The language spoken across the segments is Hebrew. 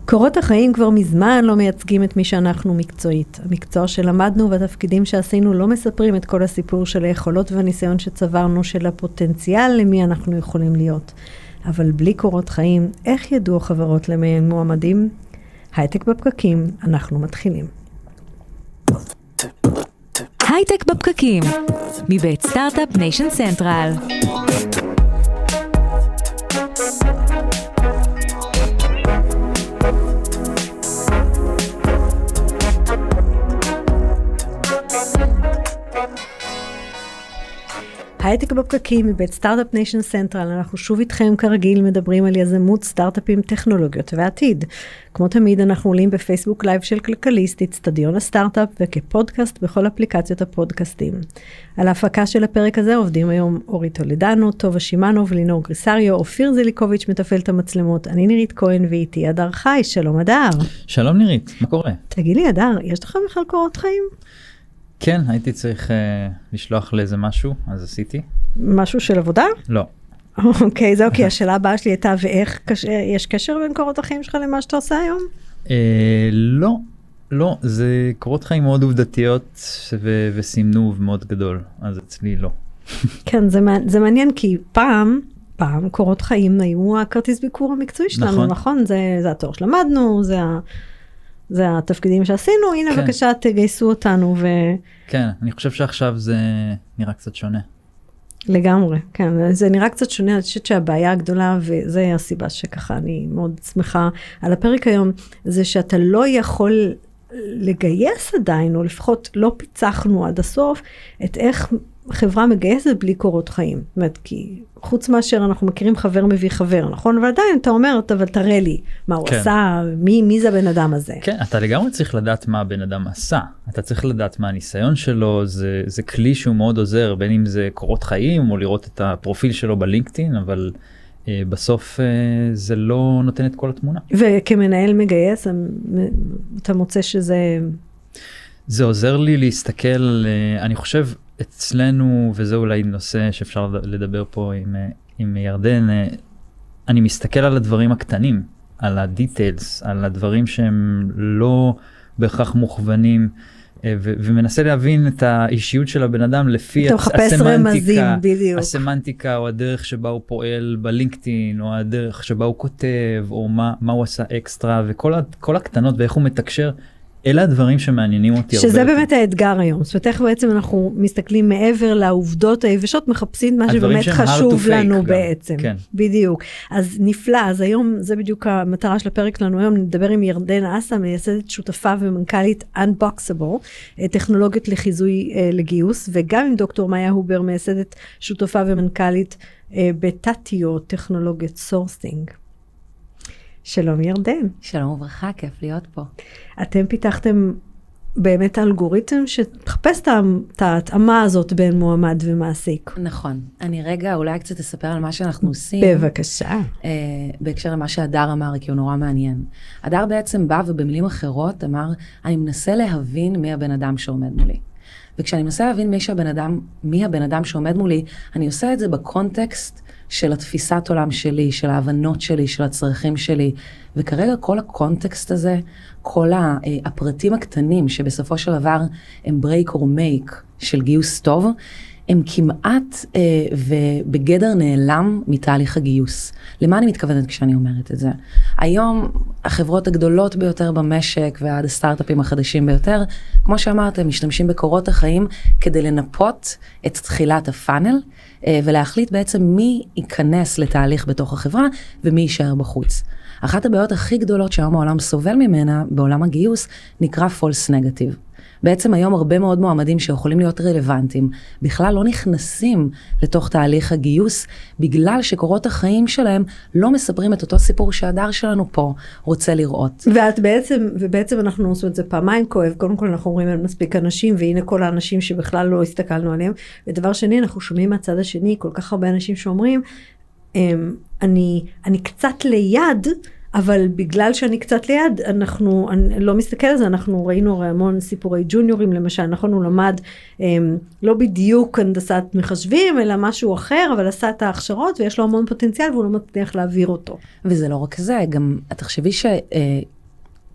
קורות החיים כבר מזמן לא מייצגים את מי שאנחנו מקצועית. המקצוע שלמדנו והתפקידים שעשינו לא מספרים את כל הסיפור של היכולות והניסיון שצברנו של הפוטנציאל למי אנחנו יכולים להיות. אבל בלי קורות חיים, איך ידעו חברות למי מועמדים? הייטק בפקקים, אנחנו מתחילים. הייטק בפקקים, מבית סטארט-אפ ניישן סנטרל. הייטק בפקקים מבית סטארט-אפ ניישן סנטרל, אנחנו שוב איתכם כרגיל מדברים על יזמות, סטארט-אפים, טכנולוגיות ועתיד. כמו תמיד אנחנו עולים בפייסבוק לייב של כלכליסט, אצטדיון הסטארט-אפ וכפודקאסט בכל אפליקציות הפודקאסטים. על ההפקה של הפרק הזה עובדים היום אורי טולדנו, טובה שימאנוב, לינור גריסריו, אופיר זיליקוביץ' מתפעל את המצלמות, אני נירית כהן ואיתי הדר חי. שלום הדר. שלום נירית, מה קורה? תגיד לי הדר, יש לך בכלל קורות חיים? כן, הייתי צריך לשלוח לאיזה משהו, אז עשיתי. משהו של עבודה? לא. אוקיי, זה אוקיי, השאלה הבאה שלי הייתה, ואיך יש קשר בין קורות החיים שלך למה שאתה עושה היום? לא, זה קורות חיים מאוד עובדתיות וסימנוב מאוד גדול, אז אצלי לא. כן, זה מעניין, כי פעם קורות חיים היו הכרטיס ביקור המקצועי שלנו, נכון? זה התואר שלמדנו, זה התפקידים שעשינו, הנה כן. בבקשה תגייסו אותנו. כן, אני חושב שעכשיו זה נראה קצת שונה. לגמרי, כן, זה נראה קצת שונה, אני חושבת שהבעיה הגדולה, וזה הסיבה שככה אני מאוד שמחה על הפרק היום, זה שאתה לא יכול לגייס עדיין, או לפחות לא פיצחנו עד הסוף, את איך חברה מגייסת בלי קורות חיים. זאת אומרת, כי חוץ מאשר אנחנו מכירים חבר מביא חבר, נכון? אבל עדיין אתה אומר, אבל תראה לי מה הוא עשה, מי זה הבן אדם הזה. כן, אתה לגמרי צריך לדעת מה הבן אדם עשה. אתה צריך לדעת מה הניסיון שלו, זה כלי שהוא מאוד עוזר, בין אם זה קורות חיים, או לראות את הפרופיל שלו בלינקדאין, אבל בסוף זה לא נותן את כל התמונה. וכמנהל מגייס, אתה מוצא שזה... זה עוזר לי להסתכל, אני חושב אצלנו, וזה אולי נושא שאפשר לדבר פה עם ירדן, אני מסתכל על הדברים הקטנים, על הדיטיילס, על הדברים שהם לא בהכרח מוכוונים, ומנסה להבין את האישיות של הבן אדם לפי הסמנטיקה, או הדרך שבה הוא פועל בלינקדאין, או הדרך שבה הוא כותב, או מה הוא עשה אקסטרה, וכל הקטנות ואיך הוא מתקשר, אלה הדברים שמעניינים אותי הרבה. שזה באמת האתגר היום. זאת אומרת, איך בעצם אנחנו מסתכלים מעבר לעובדות היבשות, מחפשים מה שבאמת חשוב לנו בעצם. כן. בדיוק. אז נפלא, אז היום, זה בדיוק המטרה של הפרק שלנו היום, נדבר עם ירדן אסה, מייסדת שותפה ומנכ"לית Unboxable, טכנולוגיות לחיזוי לגיוס, וגם עם דוקטור מאיה הובר, מייסדת שותפה ומנכ"לית בטטיו, טכנולוגיות סורסינג. שלום ירדן. שלום וברכה, כיף להיות פה. אתם פיתחתם באמת אלגוריתם שתחפש את ההתאמה הזאת בין מועמד ומעסיק. נכון. אני רגע אולי קצת אספר על מה שאנחנו עושים. בבקשה. בהקשר למה שהדר אמר, כי הוא נורא מעניין. הדר בעצם בא ובמילים אחרות אמר, אני מנסה להבין מי הבן אדם שעומד מולי. וכשאני מנסה להבין מי הבן אדם שעומד מולי, אני עושה את זה בקונטקסט של התפיסת עולם שלי, של ההבנות שלי, של הצרכים שלי. וכרגע כל הקונטקסט הזה, כל הפרטים הקטנים שבסופו של דבר הם break or make של גיוס טוב, הם כמעט ובגדר נעלם מתהליך הגיוס. למה אני מתכוונת כשאני אומרת את זה? היום החברות הגדולות ביותר במשק ועד הסטארט-אפים החדשים ביותר, כמו שאמרתם, משתמשים בקורות החיים כדי לנפות את תחילת הפאנל, ולהחליט בעצם מי ייכנס לתהליך בתוך החברה ומי יישאר בחוץ. אחת הבעיות הכי גדולות שהיום העולם סובל ממנה בעולם הגיוס נקרא false negative. בעצם היום הרבה מאוד מועמדים שיכולים להיות רלוונטיים, בכלל לא נכנסים לתוך תהליך הגיוס, בגלל שקורות החיים שלהם לא מספרים את אותו סיפור שהדר שלנו פה רוצה לראות. ובעצם אנחנו עושים את זה פעמיים כואב, קודם כל אנחנו אומרים על מספיק אנשים, והנה כל האנשים שבכלל לא הסתכלנו עליהם, ודבר שני, אנחנו שומעים מהצד השני, כל כך הרבה אנשים שאומרים, אני קצת ליד, אבל בגלל שאני קצת ליד, אני לא מסתכל על זה, אנחנו ראינו המון סיפורי ג'וניורים, למשל, נכון, הוא למד לא בדיוק הנדסת מחשבים, אלא משהו אחר, אבל עשה את ההכשרות, ויש לו המון פוטנציאל, והוא לא מצליח להעביר אותו. וזה לא רק זה, גם תחשבי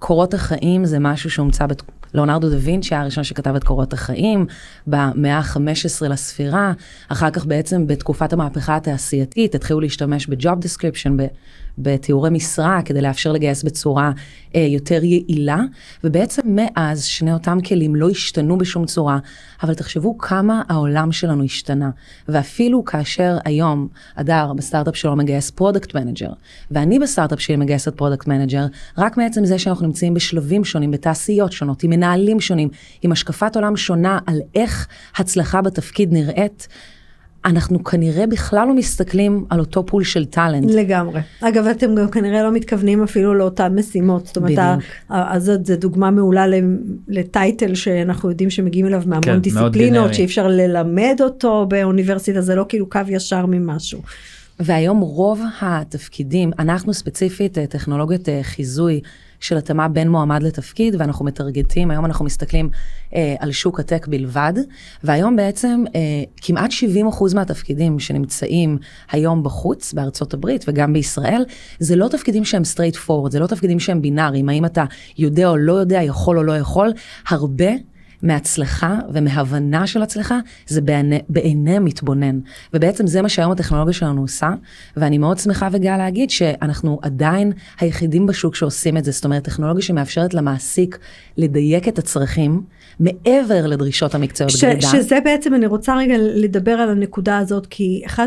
קורות החיים זה משהו שהומצא לאונרדו דה וינצ'י, הראשון שכתב את קורות החיים, במאה ה-15 לספירה, אחר כך בעצם בתקופת המהפכה התעשייתית, התחילו להשתמש ב-job description, בתיאורי משרה, כדי לאפשר לגייס בצורה יותר יעילה, ובעצם מאז שני אותם כלים לא השתנו בשום צורה, אבל תחשבו כמה העולם שלנו השתנה, ואפילו כאשר היום אדר בסטארט-אפ שלו מגייס פרודקט מנג'ר, ואני בסטארט-אפ שלי מגייסת פרודקט מנג'ר, רק מעצם זה שאנחנו נמצאים בשלבים שונים, בתעשיות שונות, עם מנהלים שונים, עם השקפת עולם שונה על איך הצלחה בתפקיד נראית, אנחנו כנראה בכלל לא מסתכלים על אותו פול של טלנט. לגמרי. אגב, אתם גם כנראה לא מתכוונים אפילו לאותן משימות. זאת אומרת, אז זו דוגמה מעולה לטייטל שאנחנו יודעים שמגיעים אליו מהמון דיסציפלינות, שאי אפשר ללמד אותו באוניברסיטה, זה לא כאילו קו ישר ממשהו. והיום רוב התפקידים, אנחנו ספציפית טכנולוגיות חיזוי של התאמה בין מועמד לתפקיד, ואנחנו מטרגטים, היום אנחנו מסתכלים על שוק הטק בלבד, והיום בעצם כמעט 70% מהתפקידים שנמצאים היום בחוץ, בארצות הברית וגם בישראל, זה לא תפקידים שהם straight forward, זה לא תפקידים שהם בינאריים, האם אתה יודע או לא יודע, יכול או לא יכול, הרבה מהצלחה ומהבנה של הצלחה, זה בעיני מתבונן. ובעצם זה מה שהיום הטכנולוגיה שלנו עושה, ואני מאוד שמחה וגאה להגיד שאנחנו עדיין היחידים בשוק שעושים את זה, זאת אומרת, טכנולוגיה שמאפשרת למעסיק לדייק את הצרכים, מעבר לדרישות המקצועיות גרידה. שזה בעצם, אני רוצה רגע לדבר על הנקודה הזאת, כי אחד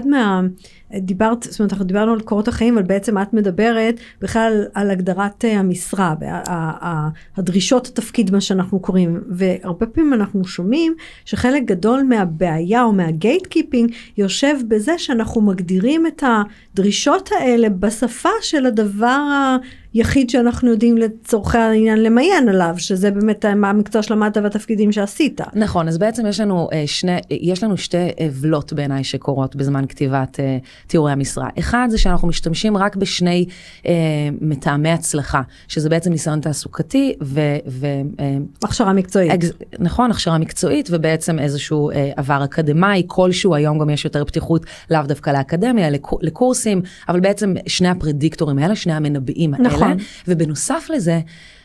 זאת אומרת, אנחנו דיברנו על קורות החיים, אבל בעצם את מדברת בכלל על הגדרת המשרה, הדרישות התפקיד, מה שאנחנו קוראים, והרבה פעמים אנחנו שומעים שחלק גדול מהבעיה או מהגייט קיפינג, יושב בזה שאנחנו מגדירים את הדרישות האלה בשפה של הדבר יחיד שאנחנו יודעים לצורכי העניין למיין עליו, שזה באמת מה המקצוע שלמדת והתפקידים שעשית. נכון, אז בעצם יש לנו שתי עוולות בעיניי שקורות בזמן כתיבת תיאורי המשרה. אחד זה שאנחנו משתמשים רק בשני מטעמי הצלחה, שזה בעצם ניסיון תעסוקתי הכשרה מקצועית. נכון, הכשרה מקצועית ובעצם איזשהו עבר אקדמי, כלשהו היום גם יש יותר פתיחות לאו דווקא לאקדמיה, לקורסים, אבל בעצם שני הפרדיקטורים האלה, שני המנבאים האלה, נכון. ובנוסף לזה,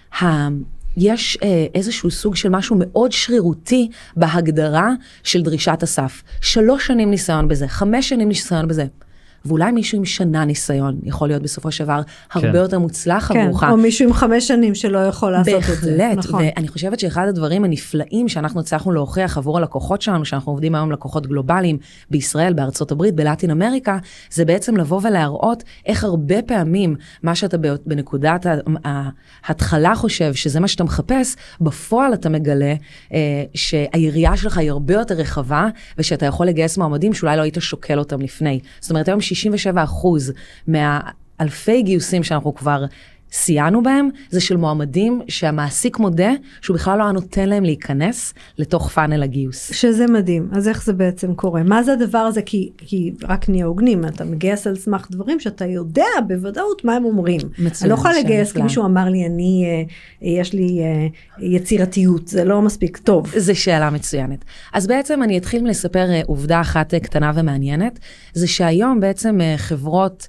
יש איזשהו סוג של משהו מאוד שרירותי בהגדרה של דרישת הסף. 3 שנים ניסיון בזה, 5 שנים ניסיון בזה. ואולי מישהו עם שנה ניסיון יכול להיות בסופו של דבר הרבה יותר מוצלח עבורך. או מישהו עם 5 שנים שלא יכול לעשות את זה. בהחלט, ואני חושבת שאחד הדברים הנפלאים שאנחנו הצלחנו להוכיח עבור הלקוחות שלנו, שאנחנו עובדים היום עם לקוחות גלובליים בישראל, בארצות הברית, בלטין אמריקה, זה בעצם לבוא ולהראות איך הרבה פעמים מה שאתה בנקודת ההתחלה חושב שזה מה שאתה מחפש, בפועל אתה מגלה שהיריעה שלך היא הרבה יותר רחבה, ושאתה יכול לגייס מועמדים שאולי לא היית שוקל אותם לפני. זאת אומרת, היום 67% מהאלפי גיוסים שאנחנו כבר סייענו בהם, זה של מועמדים שהמעסיק מודה שהוא בכלל לא נותן להם להיכנס לתוך פאנל הגיוס. שזה מדהים. אז איך זה בעצם קורה? מה זה הדבר הזה? כי רק נהיה הוגנים, אתה מגייס על סמך דברים שאתה יודע בוודאות מה הם אומרים. מצוין. אני לא יכולה לגייס כי מישהו אמר לי, יש לי יצירתיות, זה לא מספיק טוב. זה שאלה מצוינת. אז בעצם אני אתחיל לספר עובדה אחת קטנה ומעניינת, זה שהיום בעצם חברות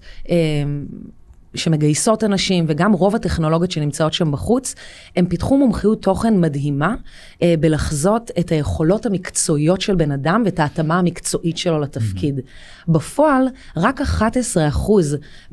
שמגייסות אנשים, וגם רוב הטכנולוגיות שנמצאות שם בחוץ, הם פיתחו מומחיות תוכן מדהימה, בלחזות את היכולות המקצועיות של בן אדם, ואת ההתאמה המקצועית שלו לתפקיד. בפועל, רק 11%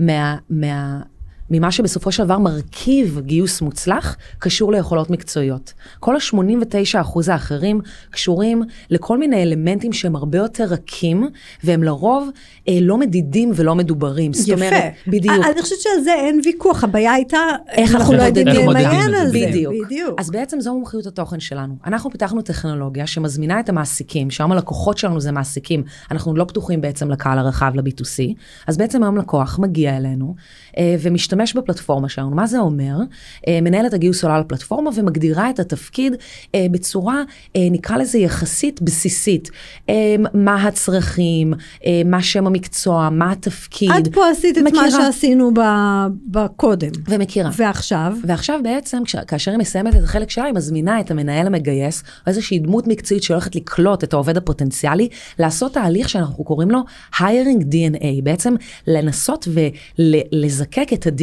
ממה שבסופו של דבר מרכיב גיוס מוצלח, קשור ליכולות מקצועיות. כל ה-89% האחרים קשורים לכל מיני אלמנטים שהם הרבה יותר רכים, והם לרוב לא מדידים ולא מדוברים. יפה. זאת אומרת, בדיוק. אני חושבת שעל זה אין ויכוח, הבעיה הייתה, איך אנחנו לא יודעים למיין על זה. בדיוק. אז בעצם זו מומחיות התוכן שלנו. אנחנו פיתחנו טכנולוגיה שמזמינה את המעסיקים, שהיום הלקוחות שלנו זה מעסיקים, אנחנו לא פתוחים בעצם לקהל הרחב, ל-B2C, אז בעצם היום לקוח מגיע אלינו, ומשתמש בפלטפורמה שלנו. מה זה אומר? מנהלת הגיוס עולה לפלטפורמה ומגדירה את התפקיד בצורה, נקרא לזה יחסית בסיסית. מה הצרכים, מה שם המקצוע, מה התפקיד. עד פה עשית את מה שעשינו בקודם. ומכירה. ועכשיו בעצם, כאשר היא מסיימת את החלק שלה, היא מזמינה את המנהל המגייס, או איזושהי דמות מקצועית שהולכת לקלוט את העובד הפוטנציאלי, לעשות תהליך שאנחנו קוראים לו hiring DNA, בעצם לנסות ולזקק את ה-DNA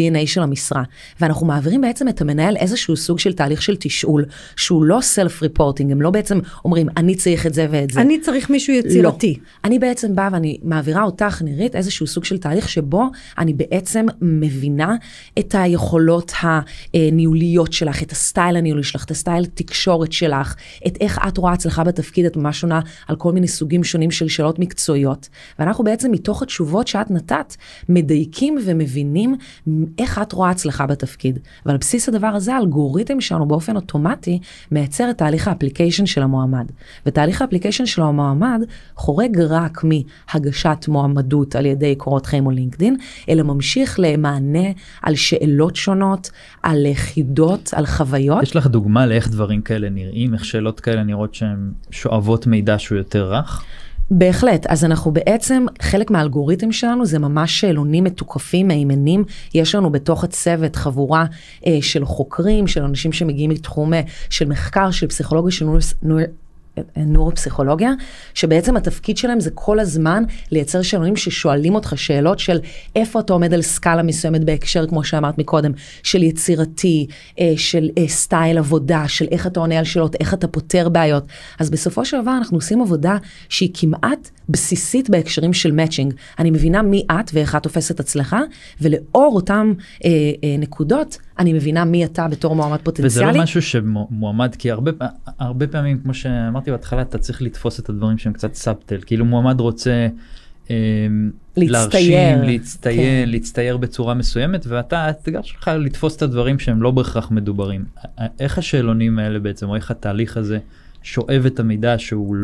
ה-DNA של המשרה, ואנחנו מעבירים בעצם את המנהל איזשהו סוג של תהליך של תשאול, שהוא לא self-reporting, הם לא בעצם אומרים, אני צריך את זה ואת זה. אני צריך מישהו יצירתי. לא. אני בעצם באה ואני מעבירה אותך, נירית, איזשהו סוג של תהליך שבו אני בעצם מבינה את היכולות הניהוליות שלך, את הסטייל הניהולי שלך, את הסטייל תקשורת שלך, את איך את רואה הצלחה בתפקיד, את ממש שונה על כל מיני סוגים שונים של שאלות מקצועיות. ואנחנו בעצם מתוך התשובות שאת נתת, מדייקים ומבינים איך את רואה הצלחה בתפקיד. ועל בסיס הדבר הזה, האלגוריתם שלנו באופן אוטומטי, מייצר את תהליך האפליקיישן של המועמד. ותהליך האפליקיישן של המועמד חורג רק מהגשת מועמדות על ידי קורות חיים או לינקדין, אלא ממשיך למענה על שאלות שונות, על חידות, על חוויות. יש לך דוגמה לאיך דברים כאלה נראים, איך שאלות כאלה נראות שהן שואבות מידע שהוא יותר רך? בהחלט, אז אנחנו בעצם, חלק מהאלגוריתם שלנו זה ממש שאלונים מתוקפים, מהימנים, יש לנו בתוך הצוות חבורה של חוקרים, של אנשים שמגיעים מתחום של מחקר, של פסיכולוגיה, של נוירופסיכולוגיה, שבעצם התפקיד שלהם זה כל הזמן לייצר שאלונים ששואלים אותך שאלות של איפה אתה עומד על סקאלה מסוימת בהקשר, כמו שאמרת מקודם, של יצירתי, של סטייל עבודה, של איך אתה עונה על שאלות, איך אתה פותר בעיות. אז בסופו של דבר אנחנו עושים עבודה שהיא כמעט בסיסית בהקשרים של מאצ'ינג. אני מבינה מי את ואיך את תופסת הצלחה, ולאור אותם נקודות, אני מבינה מי אתה בתור מועמד פוטנציאלי. וזה לא משהו שמועמד, כי הרבה פעמים, כמו שאמרתי בהתחלה, אתה צריך לתפוס את הדברים שהם קצת סאבטל. כאילו מועמד רוצה להרשים, להצטייר בצורה מסוימת, ואתה, האתגר שלך לתפוס את הדברים שהם לא בהכרח מדוברים. איך השאלונים האלה בעצם, או איך התהליך הזה שואב את המידע שהוא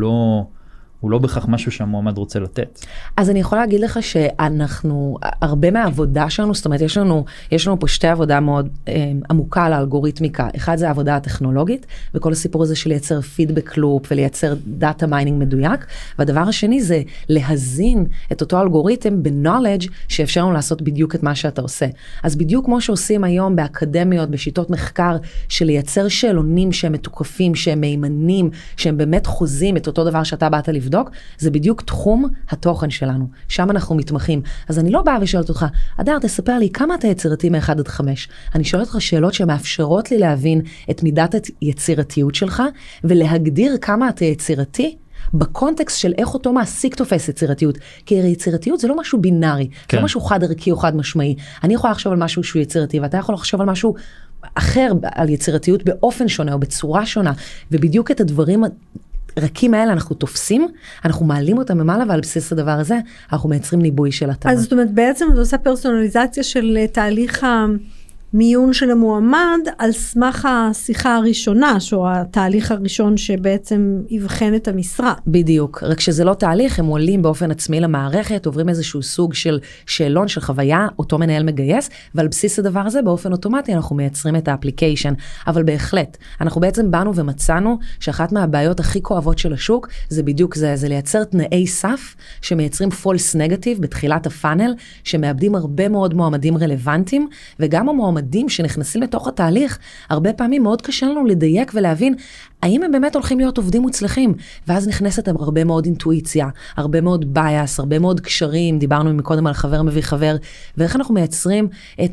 לא בכך משהו שהמועמד רוצה לתת. אז אני יכולה להגיד לך שאנחנו, הרבה מהעבודה שלנו, זאת אומרת, יש לנו פה שתי עבודה מאוד עמוקה על האלגוריתמיקה. אחד זה העבודה הטכנולוגית, וכל הסיפור הזה של לייצר פידבק לופ, ולייצר דאטה מיינינג מדויק. והדבר השני זה להזין את אותו אלגוריתם ב-knowledge, שאפשר לנו לעשות בדיוק את מה שאתה עושה. אז בדיוק כמו שעושים היום באקדמיות, בשיטות מחקר, של לייצר שאלונים שהם מתוקפים, שהם מהימנים, שהם באמת חוזים את אותו דבר שאתה באת לבדוק, זה בדיוק תחום התוכן שלנו. שם אנחנו מתמחים. אז אני לא באה ושואלת אותך, אדר, תספר לי כמה אתה יצירתי מ-1 עד 5. אני שואלת אותך שאלות שמאפשרות לי להבין את מידת היצירתיות שלך, ולהגדיר כמה אתה יצירתי, בקונטקסט של איך אותו מעסיק תופס יצירתיות. כי יצירתיות זה לא משהו בינארי, זה לא משהו חד ערכי או חד משמעי. אני יכולה לחשוב על משהו שהוא יצירתי, ואתה יכול לחשוב על משהו אחר, על יצירתיות באופן שונה או בצורה שונה, ובדיוק את הדברים רכים האלה אנחנו תופסים, אנחנו מעלים אותם ממעלה, ועל בסיס הדבר הזה אנחנו מייצרים ניבוי של התאמה. אז זאת אומרת, בעצם אתה עושה פרסונליזציה של תהליך המיון של המועמד, על סמך השיחה הראשונה, שהוא התהליך הראשון שבעצם יבחן את המשרה. בדיוק, רק שזה לא תהליך, הם עולים באופן עצמי למערכת, עוברים איזשהו סוג של שאלון, של חוויה, אותו מנהל מגייס, ועל בסיס הדבר הזה, באופן אוטומטי, אנחנו מייצרים את האפליקיישן. אבל בהחלט, אנחנו בעצם באנו ומצאנו, שאחת מהבעיות הכי כואבות של השוק, זה בדיוק זה לייצר תנאי סף, שמייצרים false negative בתחילת הפאנל, שמאבדים הרבה מאוד מועמדים רלוונטיים, וגם המועמדים שנכנסים לתוך התהליך, הרבה פעמים מאוד קשה לנו לדייק ולהבין, האם הם באמת הולכים להיות עובדים מוצלחים, ואז נכנסת הרבה מאוד אינטואיציה, הרבה מאוד בייס, הרבה מאוד קשרים, דיברנו מקודם על חבר מביא חבר, ואיך אנחנו מייצרים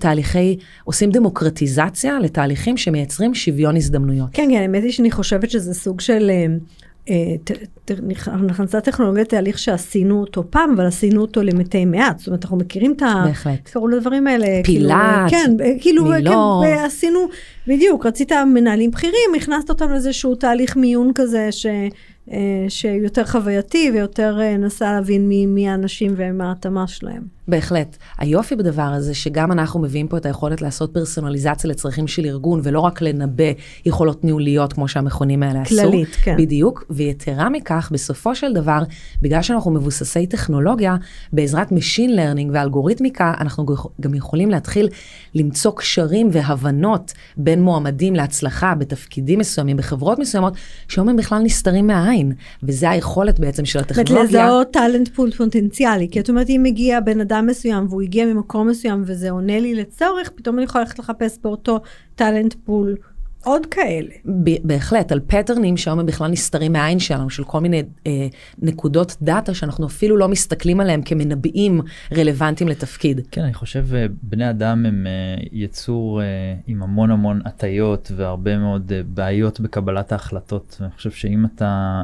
עושים דמוקרטיזציה לתהליכים שמייצרים שוויון הזדמנויות. כן, האמת היא שאני חושבת שזה סוג של נכנסה טכנולוגיה תהליך שעשינו אותו פעם, אבל עשינו אותו למתי מעט. זאת אומרת, אנחנו מכירים את קראו לדברים האלה. פילת, מילו. עשינו, בדיוק, רצית מנהלים בכירים, הכנסת אותם לאיזשהו תהליך מיון כזה, שיותר חווייתי, ויותר נסה להבין מי האנשים ומה ההתאמה שלהם. בהחלט. היופי בדבר הזה, שגם אנחנו מביאים פה את היכולת לעשות פרסונליזציה לצרכים של ארגון, ולא רק לנבא יכולות ניהוליות, כמו שהמכונים האלה עשו. כללית, כן. בדיוק. ויתרה מכך, בסופו של דבר, בגלל שאנחנו מבוססי טכנולוגיה, בעזרת Machine Learning ואלגוריתמיקה, אנחנו גם יכולים להתחיל למצוא קשרים והבנות בין מועמדים להצלחה, בתפקידים מסוימים, בחברות מסוימות, שהיום הם בכלל נסתרים מהעין. וזה היכולת בעצם של הטכנולוגיה. לזהות טלנט פול פוטנציאלי. כי את אומרת, אם מגיע בן אדם מסוים, והוא הגיע ממקום מסוים, וזה עונה לי לצורך, פתאום אני יכולה ללכת לחפש באותו טלנט פול עוד כאלה. בהחלט, על פטרנים שהיום הם בכלל נסתרים מהעין שלנו, של כל מיני נקודות דאטה שאנחנו אפילו לא מסתכלים עליהם כמנבאים רלוונטיים לתפקיד. כן, אני חושב בני אדם הם יצור עם המון המון הטיות והרבה מאוד בעיות בקבלת ההחלטות. ואני חושב שאם אתה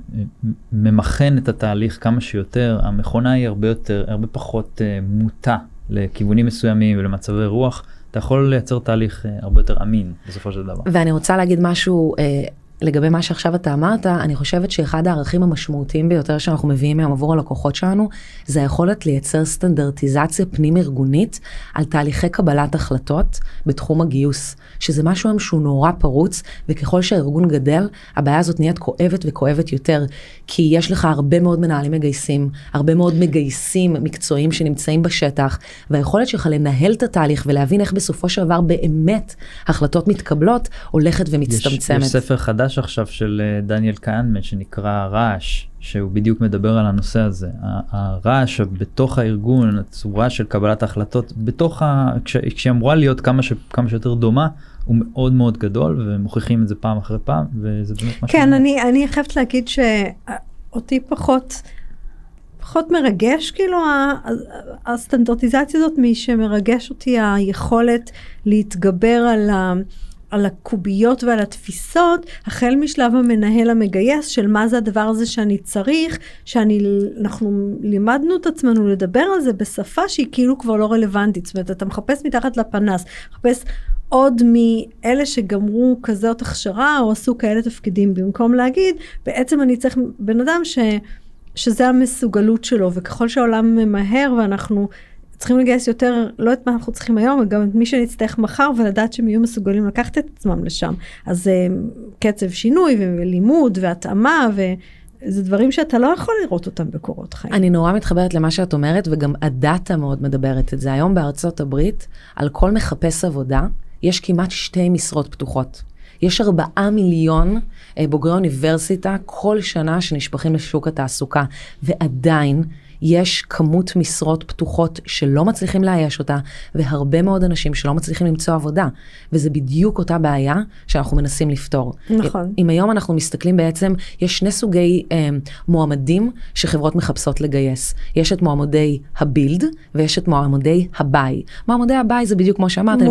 ממכן את התהליך כמה שיותר, המכונה היא הרבה פחות מוטה לכיוונים מסוימים ולמצבי רוח. אתה יכול לייצר תהליך הרבה יותר אמין בסופו של דבר. ואני רוצה להגיד משהו לגבי מה שעכשיו אתה אמרת, אני חושבת שאחד הערכים המשמעותיים ביותר שאנחנו מביאים מהם עבור הלקוחות שלנו, זה היכולת לייצר סטנדרטיזציה פנים ארגונית על תהליכי קבלת החלטות בתחום הגיוס, שזה משהו שהוא נורא פרוץ, וככל שהארגון גדל, הבעיה הזאת נהיית כואבת וכואבת יותר, כי יש לך הרבה מאוד מנהלים מגייסים, הרבה מאוד מגייסים מקצועיים שנמצאים בשטח, והיכולת שלך לנהל את התהליך ולהבין איך בסופו של דבר באמת החלטות מתקבלות, הולכת ומצטמצמת. יש ספר חדש עכשיו של דניאל קהנמן שנקרא רעש, שהוא בדיוק מדבר על הנושא הזה. הרעש בתוך הארגון, הצורה של קבלת ההחלטות, כשהיא אמורה להיות כמה שיותר דומה, הוא מאוד מאוד גדול, ומוכיחים את זה פעם אחרי פעם, וזה באמת משהו... כן, אני חייבת להגיד שאותי פחות מרגש, כאילו הסטנדרטיזציה הזאת, מי שמרגש אותי היכולת להתגבר על הקוביות ועל התפיסות, החל משלב המנהל המגייס של מה זה הדבר הזה שאני צריך, אנחנו לימדנו את עצמנו לדבר על זה בשפה שהיא כאילו כבר לא רלוונטית, זאת אומרת, אתה מחפש מתחת לפנס, מחפש עוד מאלה שגמרו כזאת הכשרה, או עשו כאלה תפקידים, במקום להגיד, בעצם אני צריך בן אדם שזה המסוגלות שלו, וככל שהעולם ממהר ואנחנו צריכים לגייס יותר, לא את מה אנחנו צריכים היום, גם את מי שנצטרך מחר, ולדעת שהם יהיו מסוגלים לקחת את עצמם לשם. אז קצב שינוי ולימוד והתאמה, וזה דברים שאתה לא יכול לראות אותם בקורות חיים. אני נורא מתחברת למה שאת אומרת, וגם הדאטה מאוד מדברת את זה. היום בארצות הברית, על כל מחפש עבודה, יש כמעט 2 משרות פתוחות. יש 4 מיליון בוגרי אוניברסיטה כל שנה שנשפכים לשוק התעסוקה, ועדיין יש כמות משרות פתוחות שלא מצליחים לאייש אותה, והרבה מאוד אנשים שלא מצליחים למצוא עבודה, וזה בדיוק אותה בעיה שאנחנו מנסים לפתור. נכון. אם היום אנחנו מסתכלים בעצם, יש 2 סוגי מועמדים שחברות מחפשות לגייס. יש את מועמדי הבילד, ויש את מועמדי הביי. מועמדי הביי זה בדיוק כמו שאמרת,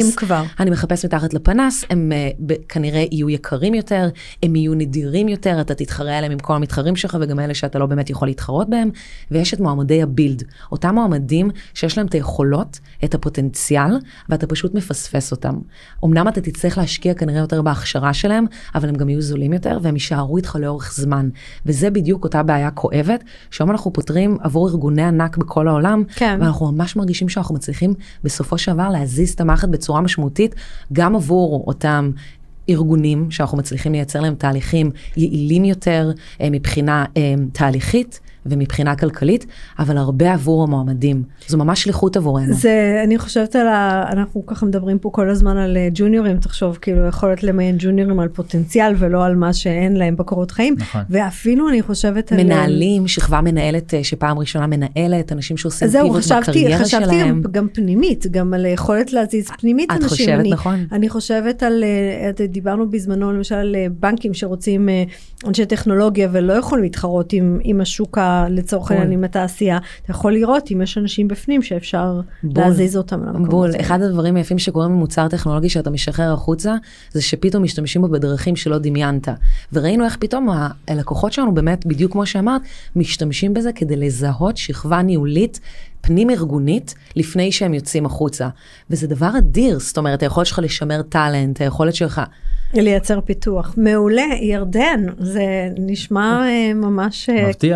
אני מחפש מתחת לפנס, הם כנראה יהיו יקרים יותר, הם יהיו נדירים יותר, אתה תתחרה עליהם עם כל המתחרים שלך, וגם אלה שאתה לא באמת יכול להתחרות בהם, ויש את מועמדי הבילד, אותם מועמדים שיש להם את היכולות, את הפוטנציאל, ואתה פשוט מפספס אותם. אמנם אתה תצטרך להשקיע כנראה יותר בהכשרה שלהם, אבל הם גם יהיו זולים יותר, והם יישארו איתך לאורך זמן. וזה בדיוק אותה בעיה כואבת, שהיום אנחנו פותרים עבור ארגוני ענק בכל העולם, כן. ואנחנו ממש מרגישים שאנחנו מצליחים בסופו של דבר להזיז את המערכת בצורה משמעותית, גם עבור אותם ארגונים שאנחנו מצליחים לייצר להם תהליכים יעילים יותר מבחינה תהליכית, ומבחינה כלכלית, אבל הרבה עבור המועמדים. זו ממש שליחות עבורנו. אני חושבת אנחנו ככה מדברים פה כל הזמן על ג'וניורים, תחשוב כאילו יכולת למיין ג'וניורים על פוטנציאל, ולא על מה שאין להם בקורות חיים. נכון. ואפילו אני חושבת על... מנהלים, שכבה מנהלת שפעם ראשונה מנהלת, אנשים שעושים פיבוט בקריירה שלהם. חשבתי גם פנימית, גם על יכולת להזיז פנימית אנשים. את חושבת, נכון. אני חושבת על, דיברנו בזמנו למשל על בנקים שרוצים אנשי טכנולוגיה, ולא יכולים להתחרות עם השוק לצורך העניין עם התעשייה. אתה יכול לראות אם יש אנשים בפנים שאפשר להזיז אותם למקומות. בול. אחד הדברים היפים שקוראים במוצר טכנולוגי שאתה משחרר החוצה, זה שפתאום משתמשים בו בדרכים שלא דמיינת. וראינו איך פתאום הלקוחות שלנו באמת, בדיוק כמו שאמרת, משתמשים בזה כדי לזהות שכבה ניהולית פנים ארגונית לפני שהם יוצאים החוצה. וזה דבר אדיר, זאת אומרת, היכולת שלך לשמר טלנט, היכולת שלך... לייצר פיתוח. מעולה, ירדן, זה נשמע ממש...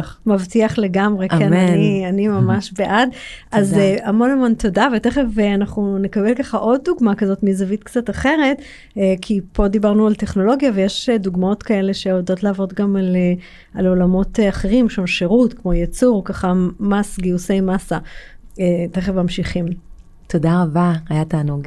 מבטיח לגמרי, כן, אני ממש בעד. אז המון המון תודה, ותכף אנחנו נקבל ככה עוד דוגמה כזאת מזווית קצת אחרת, כי פה דיברנו על טכנולוגיה, ויש דוגמאות כאלה שיודעות לעבוד גם על עולמות אחרים, שם שירות, כמו ייצור, ככה גיוסי מסה. תכף ממשיכים. תודה רבה, היה תענוג.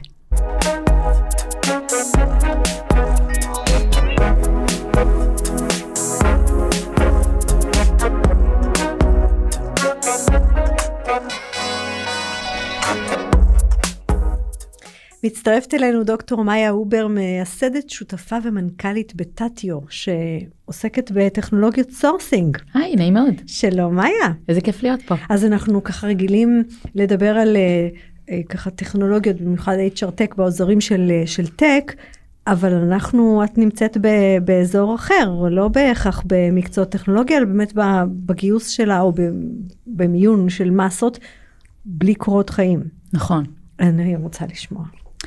מצטרפת אלינו דוקטור מאיה אובר, מייסדת, שותפה ומנכ"לית בטטיו, שעוסקת בטכנולוגיות סורסינג. היי, נעים מאוד. שלום מאיה. איזה כיף להיות פה. אז אנחנו ככה רגילים לדבר על ככה טכנולוגיות, במיוחד HR טק בעוזרים של טק, אבל את נמצאת באזור אחר, לא בהכרח במקצועות טכנולוגיה, אלא באמת בגיוס שלה, או במיון של מסות, בלי קורות חיים. נכון. אני רוצה לשמוע.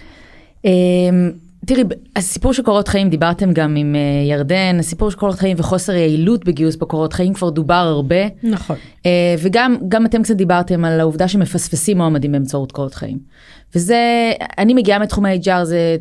תראי, הסיפור של קורות חיים, דיברתם גם עם ירדן, הסיפור של קורות חיים וחוסר יעילות בגיוס בקורות חיים כבר דובר הרבה. נכון. וגם אתם קצת דיברתם על העובדה שמפספסים מועמדים באמצעות קורות חיים. וזה, אני מגיעה מתחום ה-HR, זה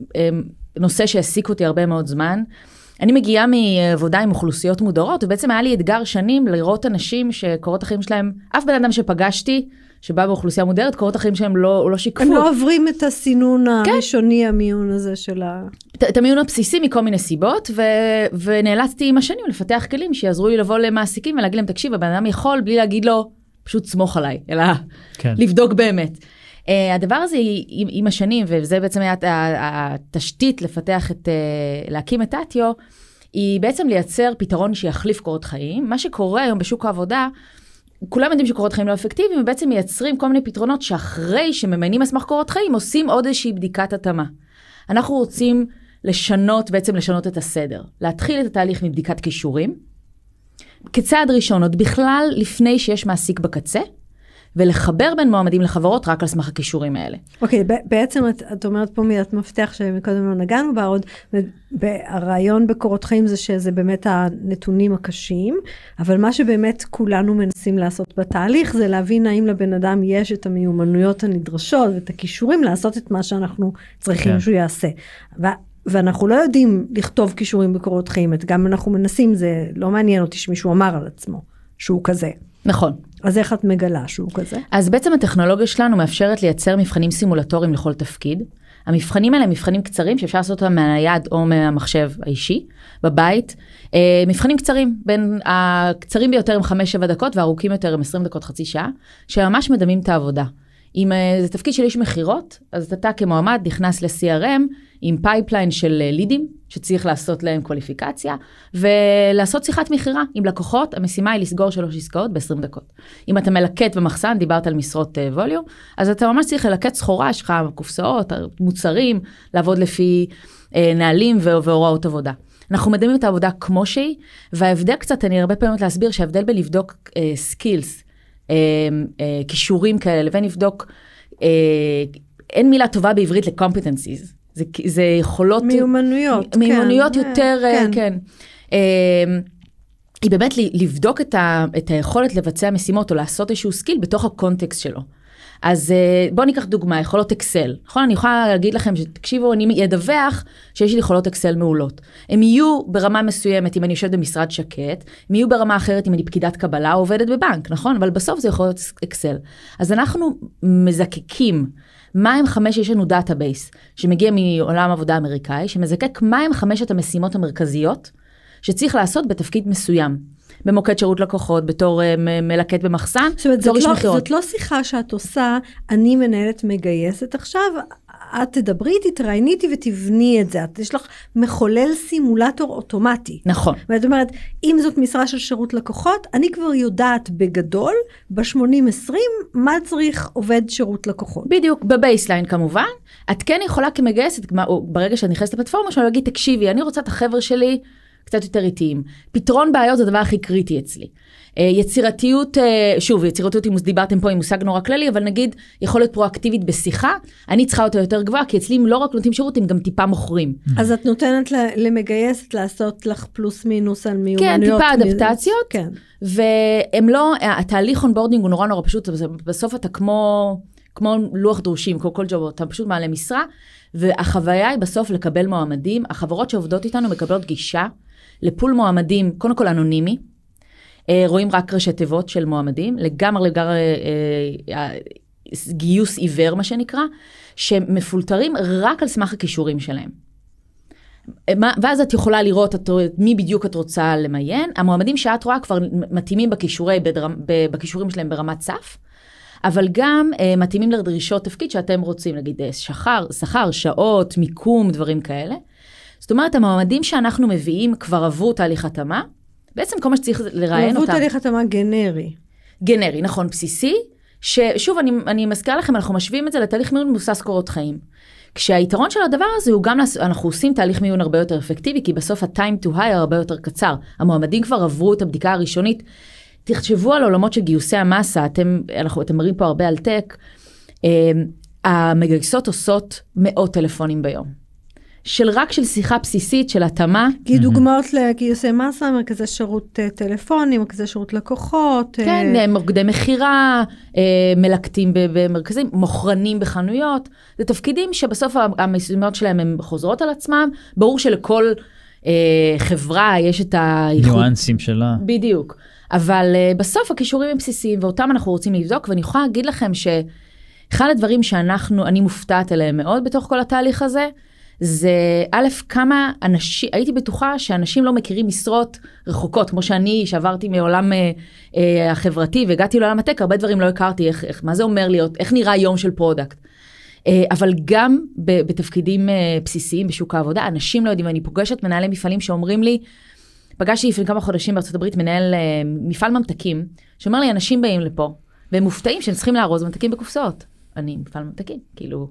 נושא שהעסיק אותי הרבה מאוד זמן. אני מגיעה מעבודה עם אוכלוסיות מודרות, ובעצם היה לי אתגר שנים לראות אנשים שקורות החיים שלהם, אף בן אדם שפגשתי, שבא באוכלוסייה מודרת, קורות החיים שהם לא שיקפו. הם לא עוברים את הסינון הראשוני, המיון הזה של את המיון הבסיסי מכל מיני סיבות, ונאלצתי עם השנים לפתח כלים שיעזרו לי לבוא למעסיקים ולהגיד להם, תקשיב, הבן אדם יכול בלי להגיד לו, פשוט סמוך עליי, אלא לבדוק באמת. הדבר הזה עם השנים, וזה בעצם היה התשתית להקים את טטיו, היא בעצם לייצר פתרון שיחליף קורות חיים. מה שקורה היום בשוק העבודה, כולם יודעים שקורות חיים לא אפקטיביים, ובעצם מייצרים כל מיני פתרונות שאחרי שממיינים על סמך קורות חיים, עושים עוד איזושהי בדיקת התאמה. אנחנו רוצים לשנות את הסדר. להתחיל את התהליך מבדיקת כישורים, כצעד ראשון, עוד בכלל לפני שיש מעסיק בקצה, ולחבר בין מועמדים לחברות רק על סמך הכישורים האלה. אוקיי, בעצם את אומרת פה מילת מפתח שמקודם לא נגענו בה עוד, הרעיון בקורות חיים זה שזה באמת הנתונים הקשים, אבל מה שבאמת כולנו מנסים לעשות בתהליך, זה להבין האם לבן אדם יש את המיומנויות הנדרשות, ואת הכישורים לעשות את מה שאנחנו צריכים שהוא יעשה. ואנחנו לא יודעים לכתוב כישורים בקורות חיים, גם אנחנו מנסים, זה לא מעניין אותי שמישהו אמר על עצמו, שהוא כזה. נכון. אז איך את מגלה שהוא כזה? אז בעצם הטכנולוגיה שלנו מאפשרת לייצר מבחנים סימולטוריים לכל תפקיד. המבחנים האלה הם מבחנים קצרים, שאפשר לעשות אותם מהיד או מהמחשב האישי, בבית. מבחנים קצרים, בין הקצרים ביותר הם 5-7 דקות, והארוכים יותר הם 20 דקות, חצי שעה, שממש מדמים את העבודה. אם זה תפקיד של איש מחירות, אז אתה כמועמד נכנס ל-CRM, עם פייפליין של לידים, שצריך לעשות להם קוליפיקציה, ולעשות שיחת מחירה עם לקוחות, המשימה היא לסגור 3 עסקאות ב-20 דקות. אם אתה מלקט במחסן, דיברת על משרות ווליום, אז אתה ממש צריך ללקט סחורה, יש לך קופסאות, מוצרים, לעבוד לפי נהלים והוראות עבודה. אנחנו מדמים את העבודה כמו שהיא, וההבדל קצת, אני הרבה פעמים להסביר שההבדל בין לבדוק סקילס, כישורים כאלה, לבין לבדוק, אין מילה טובה בעברית ל-competencies, זה יכולות... מיומנויות. מיומנויות יותר, כן. היא באמת לבדוק את היכולת לבצע משימות, או לעשות איזשהו סקיל בתוך הקונטקסט שלו. אז בואו ניקח דוגמה, יכולות אקסל. נכון, אני יכולה להגיד לכם שתקשיבו, אני אדווח שיש לי יכולות אקסל מעולות. הם יהיו ברמה מסוימת אם אני יושבת במשרד שקט, הם יהיו ברמה אחרת אם אני פקידת קבלה או עובדת בבנק, נכון? אבל בסוף זה יכולות אקסל. אז אנחנו מזקקים מהם 5, יש לנו דאטאבייס שמגיע מעולם עבודה אמריקאי, שמזקק מהם 5 המשימות המרכזיות שצריך לעשות בתפקיד מסוים. במוקד שירות לקוחות, בתור מלקט במחסן, בתור איש מחירות. זאת לא שיחה שאת עושה, אני מנהלת מגייסת עכשיו, את תדברי איתי, תראייני איתי ותבני את זה. יש לך מחולל סימולטור אוטומטי. נכון. ואת אומרת, אם זאת משרה של שירות לקוחות, אני כבר יודעת בגדול, ב-80-20, מה צריך עובד שירות לקוחות. בדיוק, בבייסליין כמובן. את כן יכולה כמגייסת, ברגע שאני נכנסת לפלטפורמה, שאני אגיד, תקשיבי, אני רוצה את החבר שלי, קצת יותר איטיים. פתרון בעיות זה הדבר הכי קריטי אצלי. יצירתיות, שוב, יצירתיות, אם דיברתם פה עם מושג נורא כללי, אבל נגיד, יכולת פרואקטיבית בשיחה, אני צריכה אותה יותר גבוהה, כי אצלי לא רק נותנים שירות, הם גם טיפה מוכרים. אז את נותנת למגייסת לעשות לך פלוס מינוס על מיומנויות. כן, טיפה אדפטציות, כן. והם לא, התהליך אונבורדינג הוא נורא פשוט, בסוף אתה כמו לוח דרושים, כל ג'וב, אתה פשוט מעלה משרה, והחוויה היא בסוף לקבל מועמדים, החברות שעובדות איתנו מקבלות גישה, לפול מועמדים, קודם כל אנונימי, רואים רק ראשי תיבות של מועמדים, לגמרי גיוס עיוור מה שנקרא, שמפולטרים רק על סמך הכישורים שלהם. ואז את יכולה לראות מי בדיוק את רוצה למיין, המועמדים שאת רואה כבר מתאימים בכישורים שלהם ברמת סף, אבל גם מתאימים לדרישות תפקיד שאתם רוצים, נגיד שכר, שעות, מיקום, דברים כאלה. זאת אומרת, המועמדים שאנחנו מביאים כבר עברו תהליך התאמה, בעצם כל מה שצריך לראיין אותם. עברו תהליך התאמה גנרי. גנרי, נכון, בסיסי, ששוב, אני מזכירה לכם, אנחנו משווים את זה לתהליך מיון מבוסס קורות חיים. כשהיתרון של הדבר הזה הוא גם, אנחנו עושים תהליך מיון הרבה יותר אפקטיבי, כי בסוף ה-time to hire הרבה יותר קצר. המועמדים כבר עברו את הבדיקה הראשונית. תחשבו על עולמות של גיוסי המסה, אתם מראים פה הרבה על טק, המגייסות עושות מאות טלפונים ביום. רק של שיחה בסיסית, של התאמה. כי דוגמאות לגיוסי מסה, מרכזי שירות טלפונים, מרכזי שירות לקוחות. כן, מוקדי מחירה, מלקטים במרכזים, מוכרנים בחנויות. זה תפקידים שבסוף המשימות שלהם הן חוזרות על עצמם. ברור שלכל חברה יש את ניואנסים שלה. בדיוק. אבל בסוף הכישורים הם בסיסיים, ואותם אנחנו רוצים לבדוק, ואני יכולה להגיד לכם שאחד הדברים אני מופתעת אליהם מאוד בתוך כל התהליך הזה, זה א', כמה אנשים, הייתי בטוחה שאנשים לא מכירים משרות רחוקות, כמו שאני שעברתי מעולם החברתי והגעתי לעולם הטק, הרבה דברים לא הכרתי, מה זה אומר להיות, איך נראה יום של פרודקט. אבל גם בתפקידים בסיסיים בשוק העבודה, אנשים לא יודעים, אני פוגשת מנהלי מפעלים שאומרים לי, פגשתי לפני כמה חודשים בארצות הברית מנהל מפעל ממתקים, שאומר לי, אנשים באים לפה, והם מופתעים שהם צריכים לארוז ממתקים בקופסאות. אני מפעל ממתקים, כאילו...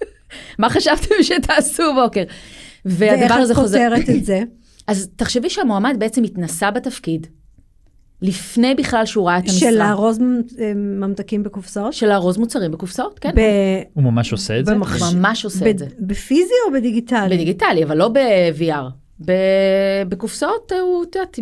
מה חשבתם שתעשו בוקר? ואיך את פותרת את זה? אז תחשבי שהמועמד בעצם התנסה בתפקיד, לפני בכלל שהוא ראה את המשרה. של לארוז ממתקים בקופסאות? של לארוז מוצרים בקופסאות, כן. הוא ממש עושה את זה? ממש עושה את זה. בפיזי או בדיגיטלי? בדיגיטלי, אבל לא ב-VR. בקופסאות הוא, תיודעת,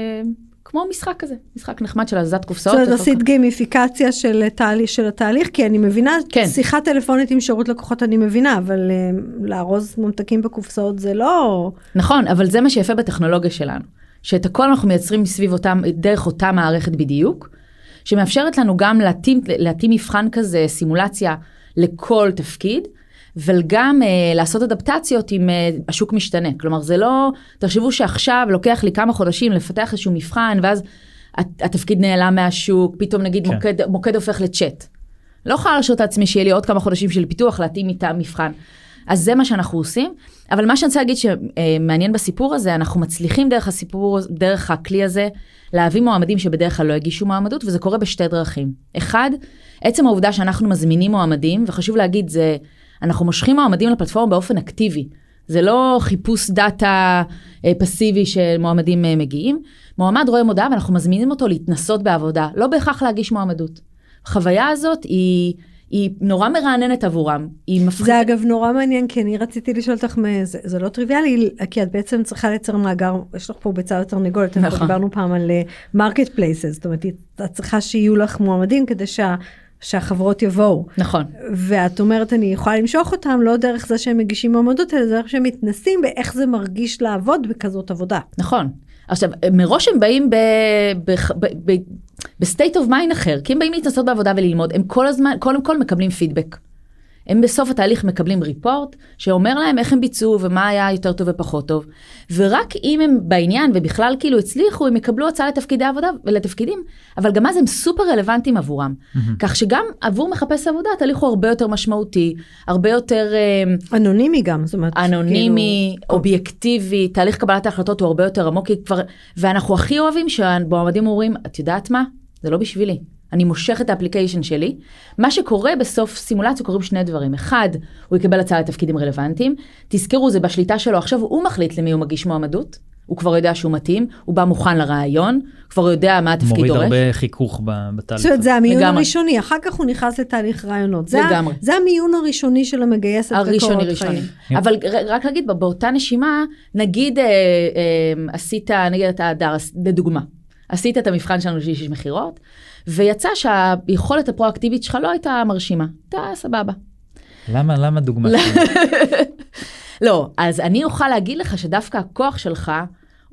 כמו משחק כזה, משחק נחמד של הזזת קופסאות. זאת אומרת, עשית גימיפיקציה של התהליך, כי אני מבינה, שיחה טלפונית עם שירות לקוחות אני מבינה, אבל לארוז ממתקים בקופסאות זה לא... נכון, אבל זה מה שיפה בטכנולוגיה שלנו, שאת הכל אנחנו מייצרים סביב דרך אותה מערכת בדיוק, שמאפשרת לנו גם להתאים מבחן כזה, סימולציה לכל תפקיד, וגם לעשות אדפטציות אם השוק משתנה. כלומר, זה לא, תחשבו שעכשיו לוקח לי כמה חודשים לפתח איזשהו מבחן, ואז התפקיד נעלם מהשוק, פתאום נגיד מוקד הופך לצ'אט. לא יכולה לשאול את עצמי שיהיה לי עוד כמה חודשים של פיתוח, להתאים איתה מבחן. אז זה מה שאנחנו עושים. אבל מה שאני רוצה להגיד שמעניין בסיפור הזה, אנחנו מצליחים דרך הכלי הזה, להביא מועמדים שבדרך כלל לא הגישו מועמדות, וזה קורה בשתי דרכים. אחד, עצם העובדה שאנחנו מזמינים מועמדים, וחשוב להגיד זה, אנחנו מושכים מועמדים לפלטפורמה באופן אקטיבי. זה לא חיפוש דאטה פסיבי של מועמדים מגיעים. מועמד רואה מודעה ואנחנו מזמינים אותו להתנסות בעבודה, לא בהכרח להגיש מועמדות. החוויה הזאת היא נורא מרעננת עבורם. זה אגב נורא מעניין, כי אני רציתי לשאול אותך, זה לא טריוויאלי, כי את בעצם צריכה לייצר מאגר, יש לך פה ביצה יותר ניגולת, אנחנו דיברנו פעם על מרקט פלייסס, זאת אומרת, את צריכה שיהיו לך מועמדים כדי שהחברות יבואו. נכון. ואת אומרת, אני יכולה למשוך אותם, לא דרך זה שהם מגישים מועמדות, אלא דרך שהם מתנסים באיך זה מרגיש לעבוד בכזאת עבודה. נכון. עכשיו, מראש הם באים בסטייט אוף מיינד אחר, כי הם באים להתנסות בעבודה וללמוד, הם כל הזמן, קודם כל מקבלים פידבק. הם בסוף התהליך מקבלים ריפורט, שאומר להם איך הם ביצעו ומה היה יותר טוב ופחות טוב. ורק אם הם בעניין ובכלל כאילו הצליחו, הם יקבלו הצעה לתפקידי עבודה ולתפקידים, אבל גם אז הם סופר רלוונטיים עבורם. כך שגם עבור מחפש עבודה, התהליך הוא הרבה יותר משמעותי, הרבה יותר... אנונימי גם, זאת אומרת. אנונימי, אובייקטיבי, תהליך קבלת ההחלטות הוא הרבה יותר עמוק, ואנחנו הכי אוהבים שהמועמדים אומרים, את יודעת מה? זה לא בשבילי. אני מושך את האפליקיישן שלי. מה שקורה בסוף סימולציה קוראים שני דברים. אחד, הוא יקבל הצעה לתפקידים רלוונטיים. תזכרו, זה בשליטה שלו. עכשיו הוא מחליט למי הוא מגיש מועמדות. הוא כבר יודע שהוא מתאים. הוא בא מוכן לרעיון. כבר יודע מה התפקיד דורש. מוריד הרבה חיכוך בתהליך. זאת אומרת, זה המיון הראשוני. אחר כך הוא נכנס לתהליך רעיונות. זה המיון הראשוני של המגייסת בקורות חיים. אבל רק להגיד, באותה נשימה, נגיד עשית, נגיד את ההדר, לדוגמה. עשית את המבחן שלנו שיש מחירות, ויצא שהיכולת הפרואקטיבית שלך לא הייתה מרשימה. אתה סבבה. למה דוגמה? לא, אז אני אוכל להגיד לך שדווקא הכוח שלך,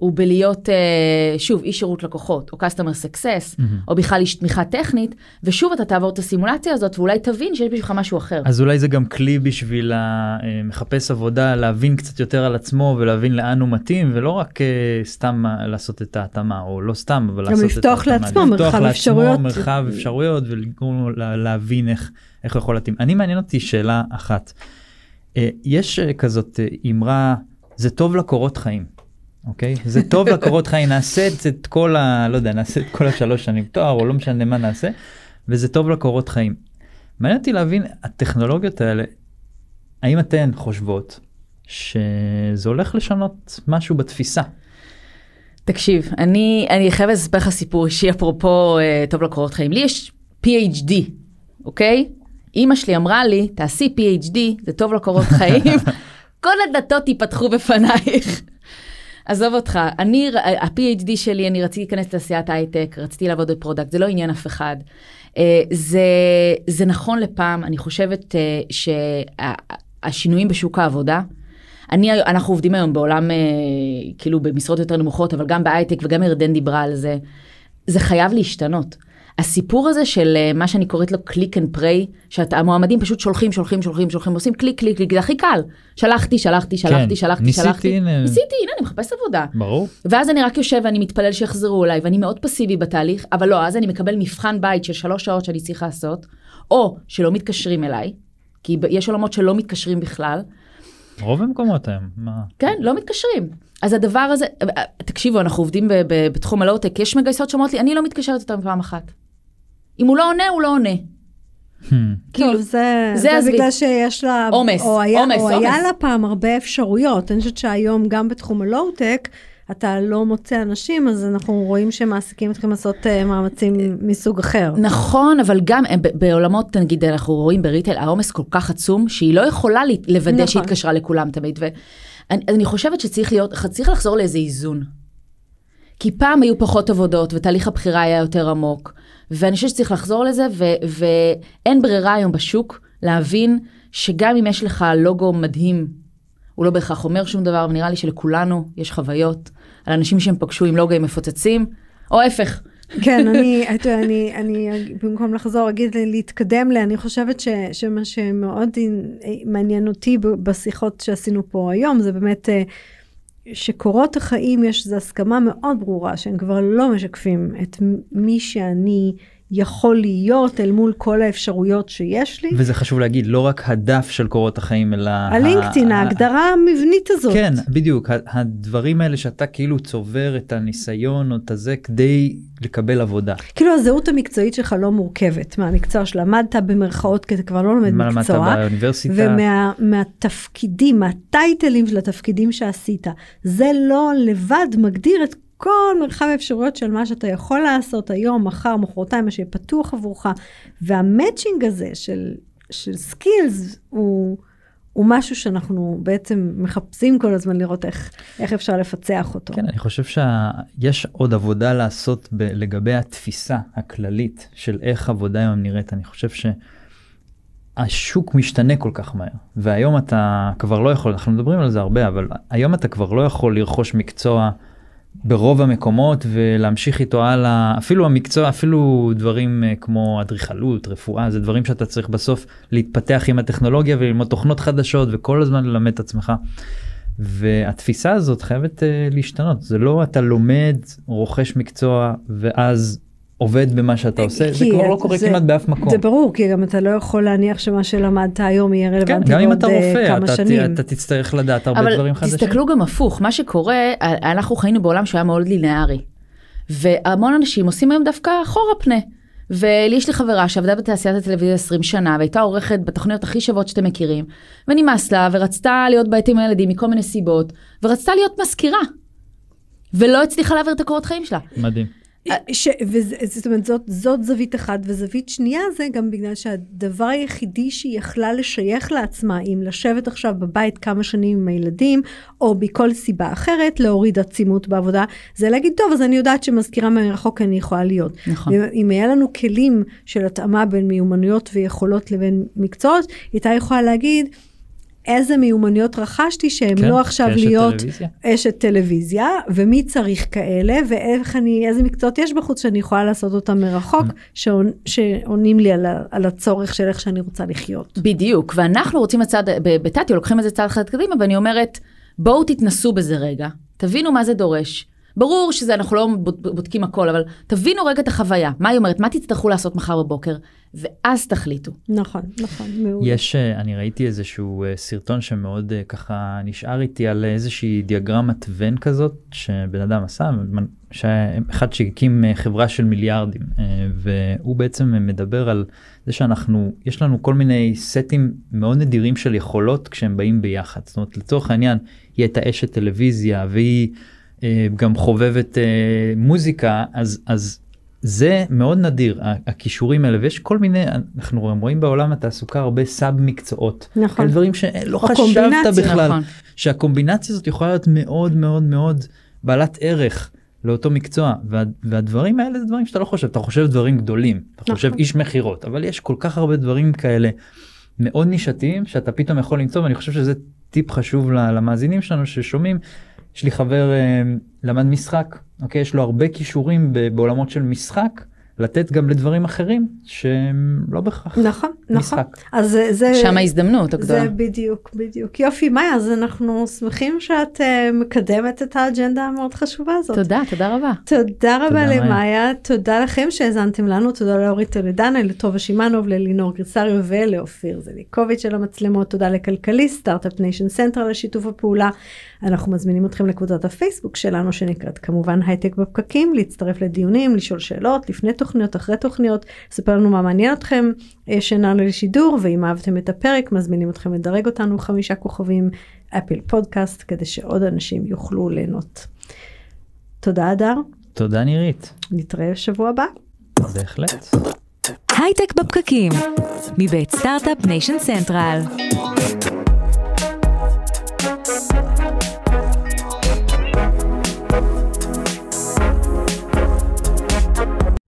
הוא בלהיות, שוב, אי שירות לקוחות, או customer success, או בכלל איש תמיכה טכנית, ושוב אתה תעבור את הסימולציה הזאת, ואולי תבין שיש בשבילך משהו אחר. אז אולי זה גם כלי בשביל מחפש עבודה, להבין קצת יותר על עצמו, ולהבין לאן הוא מתאים, ולא רק סתם לעשות את ההתאמה, או לא סתם, אבל לעשות את ההתאמה. לפתוח לעצמו מרחב אפשרויות. מרחב אפשרויות, ולגרום להבין איך הוא יכול להתאים. אני מעניין אותי שאלה אחת. יש כזאת אמרה, זה טוב לקורות חיים. אוקיי? זה טוב לקורות חיים, נעשה את כל לא יודע, נעשה את כל 3 שנים תואר, או לא משנה מה נעשה, וזה טוב לקורות חיים. מעניין אותי להבין, הטכנולוגיות האלה, האם אתן חושבות שזה הולך לשנות משהו בתפיסה? תקשיב, אני חייב לספר לך סיפור אישי, אפרופו טוב לקורות חיים. לי יש PhD, אוקיי? אמא שלי אמרה לי, תעשי PhD, זה טוב לקורות חיים, כל הדלתות ייפתחו בפנייך. עזוב אותך, ה-PhD שלי, אני רציתי להיכנס לתעשיית הייטק, רציתי לעבוד בפרודקט, זה לא עניין אף אחד. זה נכון לפעם, אני חושבת שהשינויים בשוק העבודה, אנחנו עובדים היום בעולם, כאילו במשרות יותר נמוכות, אבל גם בהייטק וגם ירדן דיברה על זה, זה חייב להשתנות. הסיפור הזה של מה שאני קוראת לו click and pray, שהמועמדים פשוט שולחים, עושים קליק, זה הכי קל. שלחתי. ניסיתי, הנה אני מחפש עבודה. ברור. ואז אני רק יושב ואני מתפלל שיחזרו אליי, ואני מאוד פסיבי בתהליך, אבל לא, אז אני מקבל מבחן בית של 3 שעות שאני צריך לעשות, או שלא מתקשרים אליי, כי יש עולמות שלא מתקשרים בכלל. רוב המקומות היום. כן, לא מתקשרים. אז הדבר הזה, תקשיבו, אנחנו עובדים בתחום הלואו-טק, יש מגייסות שאומרות לי, אני לא מתקשרת אותם פעם אחת. אם הוא לא עונה, הוא לא עונה. טוב, זה בגלל שיש לה, או היה לה פעם הרבה אפשרויות. אני חושבת שהיום גם בתחום הלואו-טק, אתה לא מוצא אנשים, אז אנחנו רואים שמעסיקים צריכים לעשות מאמצים מסוג אחר. נכון, אבל גם בעולמות, נגיד, אנחנו רואים בריטל, העומס כל כך עצום, שהיא לא יכולה לוודא שהתקשרה לכולם תמיד. ואני חושבת שצריך לחזור לאיזה איזון. כי פעם היו פחות עבודות, ותהליך הבחירה היה יותר עמוק. ואני חושבת שצריך לחזור לזה, ואין ברירה היום בשוק להבין שגם אם יש לך לוגו מדהים, הוא לא בהכרח אומר שום דבר, ונראה לי שלכולנו יש חוויות על אנשים שהם פגשו עם לוגו, הם מפוצצים, או ההפך. כן, אני במקום לחזור, אגיד להתקדם לי, אני חושבת שמה שמאוד מעניין אותי בשיחות שעשינו פה היום, זה באמת שקורות החיים יש זו הסכמה מאוד ברורה, שהם כבר לא משקפים את מי שאני יכול להיות אל מול כל האפשרויות שיש לי. וזה חשוב להגיד, לא רק הדף של קורות החיים, אלא הלינקדאין, ההגדרה המבנית הזאת. כן, בדיוק, הדברים האלה שאתה כאילו צובר את הניסיון או את זה כדי לקבל עבודה. כאילו הזהות המקצועית שלך לא מורכבת, מהמקצוע שלמדת במרכאות, כי אתה כבר לא לומד מקצוע. מה למדת באוניברסיטה. ומהתפקידים, מהטייטלים של התפקידים שעשית. זה לא לבד מגדיר את כל מרחב האפשרויות של מה שאתה יכול לעשות היום, מחר, מחרתיים, מה שפתוח עבורך, והמאצ'ינג הזה של סקילס הוא משהו שאנחנו בעצם מחפשים כל הזמן לראות איך אפשר לפצח אותו. כן, אני חושב שיש עוד עבודה לעשות לגבי התפיסה הכללית של איך עבודה היום נראית. אני חושב שהשוק משתנה כל כך מהר, והיום אתה כבר לא יכול, אנחנו מדברים על זה הרבה, אבל היום אתה כבר לא יכול לרכוש מקצוע ברוב המקומות ולהמשיך איתו הלאה, אפילו המקצוע, אפילו דברים כמו אדריכלות, רפואה, זה דברים שאתה צריך בסוף להתפתח עם הטכנולוגיה וללמוד תוכנות חדשות וכל הזמן ללמד את עצמך. והתפיסה הזאת חייבת להשתנות, זה לא אתה לומד, רוכש מקצוע ואז עובד במה שאתה עושה, זה כבר לא קורה כמעט באף מקום. זה ברור, כי גם אתה לא יכול להניח שמה שלמדת היום יהיה רלוונטי עוד כמה שנים. אתה תצטרך לדעת הרבה דברים חדשים. אבל תסתכלו גם הפוך, מה שקורה, אנחנו חיינו בעולם שהיה מאוד לינארי, והמון אנשים עושים היום דווקא אחורה פנה, ולי יש לי חברה שעבדה בתעשיית הטלוויזיה 20 שנה, והייתה עורכת בתוכניות הכי שוות שאתם מכירים, ונמאס לה, ורצתה להיות בית עם הילדים מכל מיני סיבות, ורצתה להיות מזכירה, ולא הצליחה להעביר את הקורות חיים שלה. מדהים. זאת אומרת, זאת זווית אחת, וזווית שנייה זה גם בגלל שהדבר היחידי שהיא יכלה לשייך לעצמה, אם לשבת עכשיו בבית כמה שנים עם הילדים, או בכל סיבה אחרת, להוריד עצימות בעבודה, זה להגיד, טוב, אז אני יודעת שמזכירה מרחוק אני יכולה להיות. נכון. אם היה לנו כלים של התאמה בין מיומנויות ויכולות לבין מקצועות, הייתה יכולה להגיד, איזה מיומנויות רכשתי שהם כן, לא עכשיו כאשת להיות טלוויזיה. אשת טלוויזיה, ומי צריך כאלה, איזה מקצועות יש בחוץ שאני יכולה לעשות אותם מרחוק, שעונים לי על הצורך של איך שאני רוצה לחיות. בדיוק, ואנחנו רוצים בטטיו, לוקחים את זה צעד אחד קדימה, ואני אומרת, בואו תתנסו בזה רגע, תבינו מה זה דורש. ברור שזה, אנחנו לא בודקים הכל, אבל תבינו רגע את החוויה. מה היא אומרת? מה תצטרכו לעשות מחר בבוקר? ואז תחליטו. נכון, מעולה. אני ראיתי איזשהו סרטון שמאוד ככה נשאר איתי על איזושהי דיאגרמת ון כזאת, שבן אדם עשה, אחד שהקים חברה של מיליארדים, והוא בעצם מדבר על זה יש לנו כל מיני סטים מאוד נדירים של יכולות כשהם באים ביחד. זאת אומרת, לצורך העניין, היא הייתה אשת טלוויזיה, והיא גם חובבת מוזיקה, אז זה מאוד נדיר, הכישורים האלה, ויש כל מיני, אנחנו רואים בעולם התעסוקה הרבה סאב מקצועות. נכון. דברים שלא חשבת בכלל, נכון. שהקומבינציה הזאת יכולה להיות מאוד מאוד מאוד בעלת ערך לאותו מקצוע, והדברים האלה זה דברים שאתה לא חושב, אתה חושב דברים גדולים, אתה חושב איש מחירות, אבל יש כל כך הרבה דברים כאלה מאוד נישתיים, שאתה פתאום יכול למצוא, ואני חושב שזה טיפ חשוב למאזינים שלנו ששומעים. יש לי חבר למד משחק, אוקיי? יש לו הרבה כישורים בעולמות של משחק, לתת גם לדברים אחרים שהם לא בהכרח משחק. אז שם ההזדמנות הגדולה. זה בדיוק. יופי, מאיה, אז אנחנו שמחים שאת מקדמת את האג'נדה המאוד חשובה הזאת. תודה רבה. תודה רבה למאיה, תודה לכם שהזנתם לנו, תודה לאורית טולדנו, לטובה שימנוב, ללינור גריסריו ולאופיר זליקוביץ' של המצלמות, תודה לכלכליסט, סטארט-אפ ניישן סנטרל לשיתוף הפעולה. אנחנו מזמינים אתכם לקבוצת הפייסבוק שלנו שנקראת כמובן הייטק בפקקים, להצטרף לדיונים, לשאול שאלות, לפני תוכניות, אחרי תוכניות, לספר לנו מה מעניין אתכם, שנענו לשידור, ואם אהבתם את הפרק, מזמינים אתכם לדרג אותנו 5 כוכבים אפל פודקאסט, כדי שעוד אנשים יוכלו ליהנות. תודה אדר. תודה נירית. נתראה בשבוע הבא. בהחלט. הייטק בפקקים, מבית סטארט-אפ ניישן סנטרל.